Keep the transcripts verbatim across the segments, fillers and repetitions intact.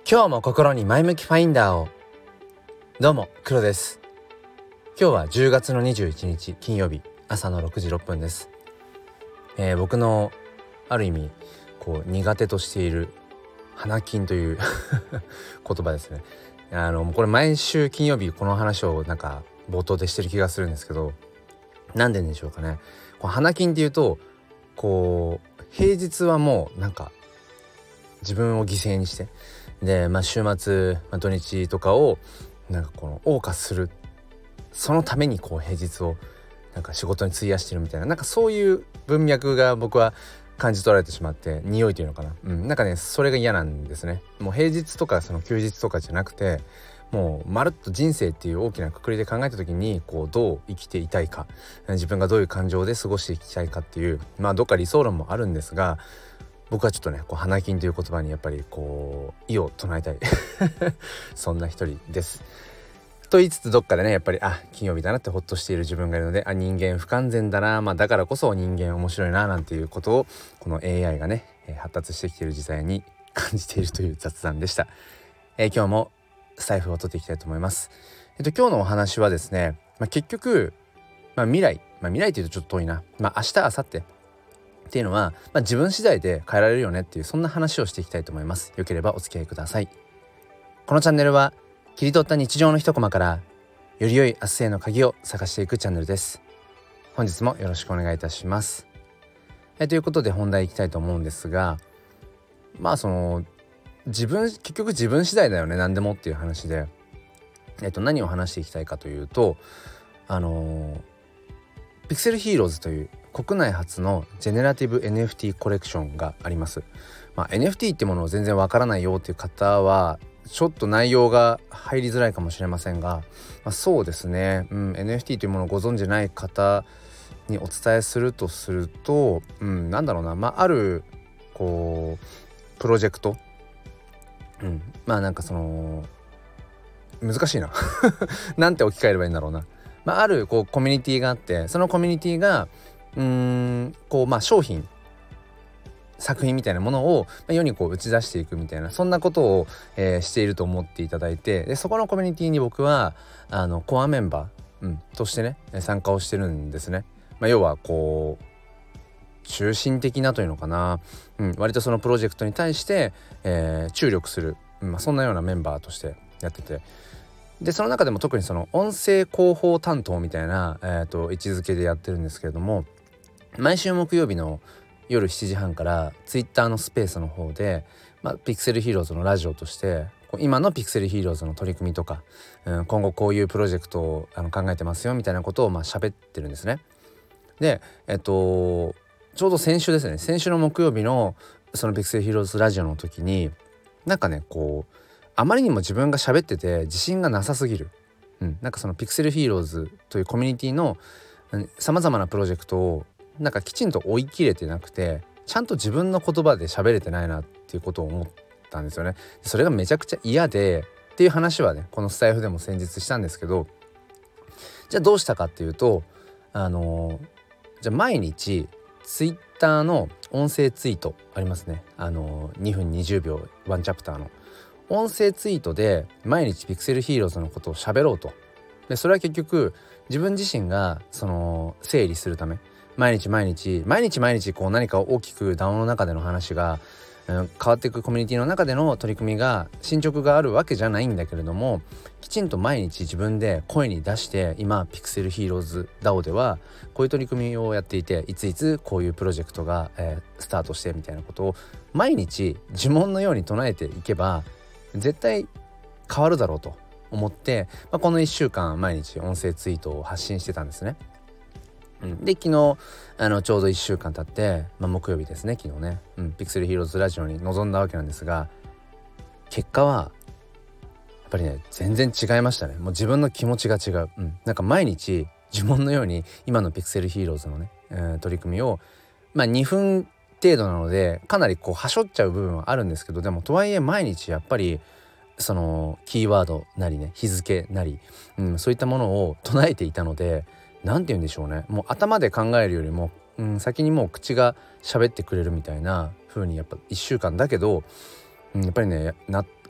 今日も心に前向きファインダーを。どうも黒です。今日はじゅうがつのにじゅういちにち金曜日朝のろくじろっぷんです。えー、僕のある意味こう苦手としている花金という言葉ですね。あのこれ毎週金曜日この話をなんか冒頭でしてる気がするんですけど、なんででしょうかね。こう花金っていうとこう平日はもうなんか自分を犠牲にしてで、まあ、週末、まあ、土日とかをなんかこの謳歌する、そのためにこう平日をなんか仕事に費やしてるみたいな、なんかそういう文脈が僕は感じ取られてしまって、匂いというのかな、うん、なんかねそれが嫌なんですね。もう平日とかその休日とかじゃなくて、もうまるっと人生っていう大きな括りで考えた時にこうどう生きていたいか、自分がどういう感情で過ごしていきたいかっていう、まあどっか理想論もあるんですが、僕はちょっとねこう花金という言葉にやっぱりこう異を唱えたいそんな一人ですと言いつつ、どっかでねやっぱりあ金曜日だなってほっとしている自分がいるので、あ人間不完全だな、まあだからこそ人間面白いななんていうことをこの エーアイ がね発達してきている時代に感じているという雑談でした。えー、今日もスタイフを取っていきたいと思います。えっと今日のお話はですね、まあ、結局、まあ、未来、まあ、未来というとちょっと遠いな、まあ明日明後日っていうのは、まあ、自分次第で変えられるよねっていう、そんな話をしていきたいと思います。よければお付き合いください。このチャンネルは切り取った日常の一コマからより良い明日への鍵を探していくチャンネルです。本日もよろしくお願いいたします。えということで本題いきたいと思うんですが、まあその自分結局自分次第だよね何でもっていう話で、えっと何を話していきたいかというと、あのピクセルヒーローズという国内初のジェネラティブ エヌエフティー コレクションがあります。まあ、エヌエフティー ってものを全然わからないよっていう方はちょっと内容が入りづらいかもしれませんが、まあ、そうですね、うん、エヌエフティー というものをご存じない方にお伝えするとすると、うん、なんだろうな、まあ、あるこうプロジェクト、うん、まあなんかその難しいななんて置き換えればいいんだろうな、まあ、あるこうコミュニティがあって、そのコミュニティがうーんこうまあ商品作品みたいなものを世にこう打ち出していくみたいな、そんなことを、えー、していると思っていただいて、でそこのコミュニティに僕はあのコアメンバー、うん、としてね参加をしてるんですね。まあ、要はこう中心的なというのかな、うん、割とそのプロジェクトに対して、えー、注力する、うんまあ、そんなようなメンバーとしてやってて、でその中でも特にその音声広報担当みたいな、えー、と位置づけでやってるんですけれども、毎週木曜日の夜しちじはんからツイッターのスペースの方で、まあ、ピクセルヒーローズのラジオとして今のピクセルヒーローズの取り組みとか、うん、今後こういうプロジェクトをあの考えてますよみたいなことをまあ喋ってるんですね。でえっとちょうど先週ですね、先週の木曜日のそのピクセルヒーローズラジオの時になんかねこうあまりにも自分が喋ってて自信がなさすぎる、うん、なんかそのピクセルヒーローズというコミュニティのさまざまなプロジェクトをなんかきちんと追い切れてなくて、ちゃんと自分の言葉で喋れてないなっていうことを思ったんですよね。それがめちゃくちゃ嫌でっていう話はねこのスタイフでも先日したんですけど、じゃあどうしたかっていうと、あのー、じゃあ毎日ツイッターの音声ツイートありますね。あのー、にふんにじゅうびょうワンチャプターの音声ツイートで毎日ピクセルヒーローズのことを喋ろうと。でそれは結局自分自身がその整理するため、毎日毎日毎日毎日こう何か大きくダウンの中での話が、うん、変わっていくコミュニティの中での取り組みが進捗があるわけじゃないんだけれども、きちんと毎日自分で声に出して、今ピクセルヒーローズ ダオ ではこういう取り組みをやっていて、いついつこういうプロジェクトが、えー、スタートしてみたいなことを毎日呪文のように唱えていけば絶対変わるだろうと思って、まあ、このいっしゅうかん毎日音声ツイートを発信してたんですね。うん、で昨日あのちょうどいっしゅうかん経って、まあ、木曜日ですね昨日ね、うん、ピクセルヒーローズラジオに臨んだわけなんですが、結果はやっぱりね全然違いましたね。もう自分の気持ちが違う、うん、なんか毎日呪文のように今のピクセルヒーローズのね、えー、取り組みをまあにふん程度なのでかなりこうはしょっちゃう部分はあるんですけど、でもとはいえ毎日やっぱりそのキーワードなりね日付なり、うん、そういったものを唱えていたので、なんて言うんでしょうね、もう頭で考えるよりも、うん、先にもう口が喋ってくれるみたいな風にやっぱいっしゅうかんだけど、うん、やっぱりねな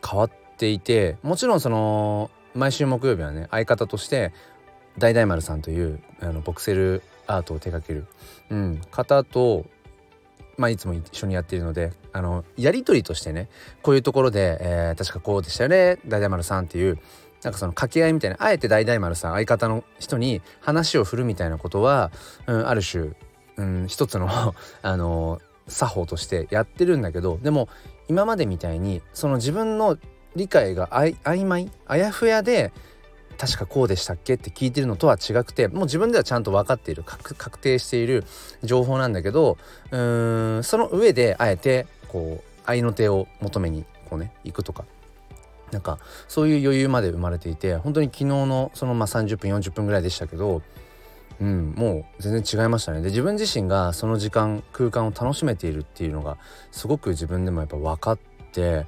変わっていて、もちろんその毎週木曜日はね相方として大大丸さんというあのボクセルアートを手掛ける、うん、方と、まあ、いつも一緒にやっているので、あのやり取りとしてねこういうところで、えー、確かこうでしたよね大大丸さんっていうなんかその掛け合いみたいな、あえて大大丸さん相方の人に話を振るみたいなことは、うん、ある種、うん、一つのあの作法としてやってるんだけど、でも今までみたいにその自分の理解があい曖昧あやふやで確かこうでしたっけって聞いてるのとは違くて、もう自分ではちゃんと分かっている 確, 確定している情報なんだけど、うーんその上であえてこう合いの手を求めにこうね行くとか、なんかそういう余裕まで生まれていて、本当に昨日のそのまあさんじゅっぷんよんじゅっぷんぐらいでしたけど、うん、もう全然違いましたね。で自分自身がその時間空間を楽しめているっていうのがすごく自分でもやっぱ分かって、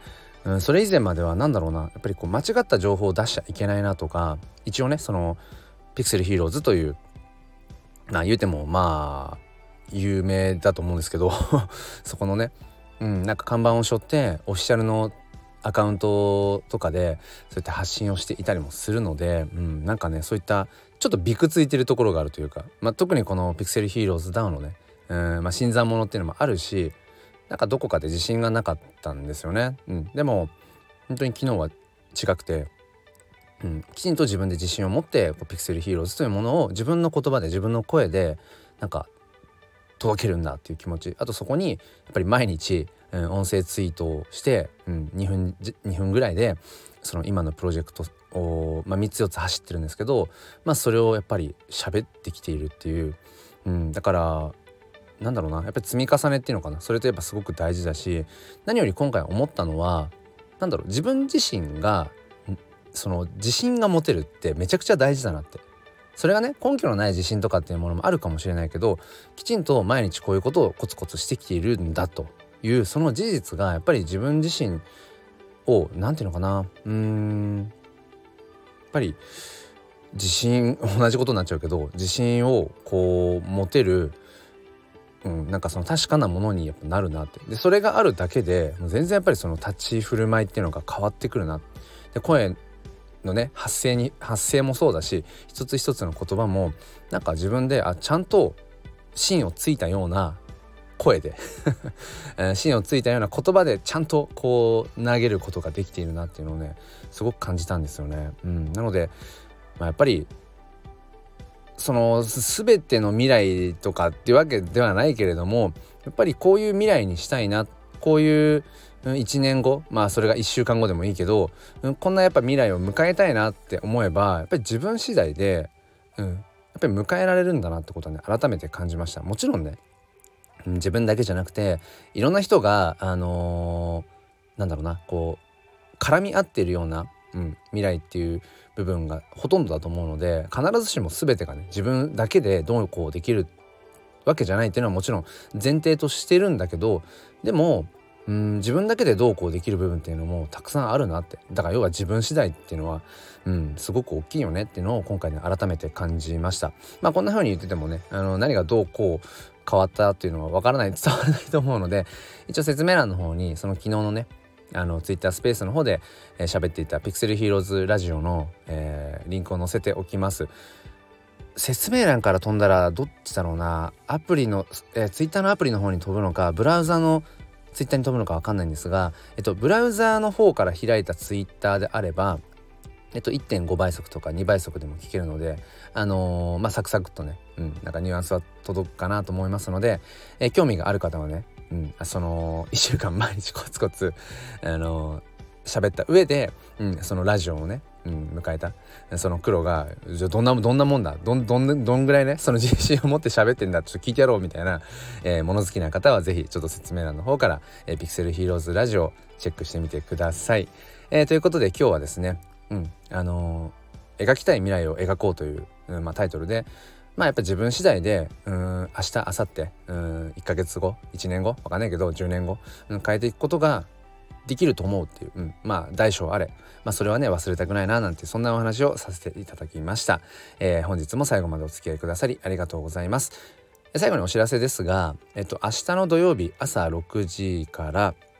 うん、それ以前まではなんだろうな、やっぱりこう間違った情報を出しちゃいけないなとか、一応ねそのピクセルヒーローズというまあ言うてもまあ有名だと思うんですけどそこのね、うん、なんか看板を背負ってオフィシャルのアカウントとかでそういった発信をしていたりもするので、うん、なんかねそういったちょっとびくついてるところがあるというか、まあ、特にこのピクセルヒーローズダウンのね、うんまあ、新参者っていうのもあるし、なんかどこかで自信がなかったんですよね、うん、でも本当に昨日は違くて、うん、きちんと自分で自信を持ってこうピクセルヒーローズというものを自分の言葉で自分の声でなんか届けるんだっていう気持ち、あとそこにやっぱり毎日、うん、音声ツイートをして、うん、にふんにふんぐらいでその今のプロジェクトを、まあ、みっつよっつ走ってるんですけど、まあ、それをやっぱり喋ってきているっていう、うん、だからなんだろうな、やっぱり積み重ねっていうのかな、それとやっぱすごく大事だし、何より今回思ったのはなんだろう、自分自身がその自信が持てるってめちゃくちゃ大事だなって。それがね根拠のない自信とかっていうものもあるかもしれないけど、きちんと毎日こういうことをコツコツしてきているんだというその事実がやっぱり自分自身をなんていうのかな、うーんやっぱり自信同じことになっちゃうけど自信をこう持てる、うん、なんかその確かなものにやっぱなるなって。でそれがあるだけでもう全然やっぱりその立ち振る舞いっていうのが変わってくるな。で声のね発声に発声もそうだし、一つ一つの言葉もなんか自分であちゃんと芯をついたような声で芯をついたような言葉でちゃんとこう投げることができているなっていうのをねすごく感じたんですよね、うん、なので、まあ、やっぱりその全ての未来とかっていうわけではないけれども、やっぱりこういう未来にしたいな、こういういちねんご、まあそれがいっしゅうかんごでもいいけど、こんなやっぱ未来を迎えたいなって思えばやっぱり自分次第で、うん、やっぱり迎えられるんだなってことはね改めて感じました。もちろんね自分だけじゃなくていろんな人があのー、なんだろうなこう絡み合っているような、うん、未来っていう部分がほとんどだと思うので、必ずしも全てがね自分だけでどうこうできるわけじゃないっていうのはもちろん前提としてるんだけど、でもうん自分だけでどうこうできる部分っていうのもたくさんあるなって。だから要は自分次第っていうのは、うん、すごく大きいよねっていうのを今回ね改めて感じました。まあこんな風に言っててもねあの何がどうこう変わったっていうのは分からない伝わらないと思うので、一応説明欄の方にその昨日のねあのツイッタースペースの方で喋、えー、っていたピクセルヒーローズラジオの、えー、リンクを載せておきます。説明欄から飛んだらどっちだろうな、アプリの、えー、ツイッターのアプリの方に飛ぶのかブラウザのツイッターに飛ぶのか分かんないんですが、えっと、ブラウザーの方から開いたツイッターであれば、えっと、いってんごばい速とかにばい速でも聞けるので、あのー、まあサクサクっとね、うん、なんかニュアンスは届くかなと思いますので、えー、興味がある方はね、うん、そのいっしゅうかん毎日コツコツ、あのー、喋った上で、うん、そのラジオをね、うん、迎えたその黒がじゃどんなどんなもんだどんどんどんぐらいねその自信を持って喋ってんだちょっと聞いてやろうみたいな、えー、物好きな方はぜひちょっと説明欄の方から、えー、ピクセルヒーローズラジオチェックしてみてください、えー、ということで今日はですね、うんあのー、描きたい未来を描こうという、うんまあ、タイトルで、まあやっぱ自分次第でうん明日明後日うんいっかげつごいちねんごわかんないけどじゅうねんご、うん、変えていくことができると思うっていう、うん、まあ大小あれ、まあ、それはね忘れたくないななんてそんなお話をさせていただきました、えー、本日も最後までお付き合いくださりありがとうございます。最後にお知らせですが、えっと、明日の土曜日朝ろくじから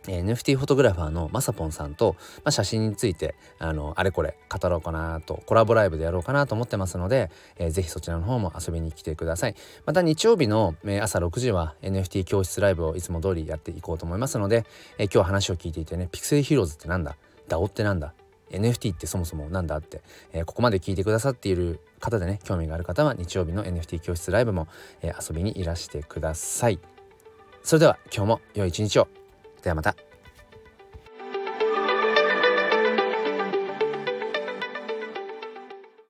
エヌエフティー フォトグラファーのまさぽんさんと、まあ、写真についてあのあれこれ語ろうかなと、コラボライブでやろうかなと思ってますので、えー、ぜひそちらの方も遊びに来てください。また日曜日の、えー、朝ろくじは エヌエフティー 教室ライブをいつも通りやっていこうと思いますので、えー、今日話を聞いていてね、ピクセルヒーローズってなんだ、ダオってなんだ、 エヌエフティー ってそもそもなんだって、えー、ここまで聞いてくださっている方でね、興味がある方は日曜日の エヌエフティー 教室ライブも、えー、遊びにいらしてください。それでは今日も良い一日を。ではまた。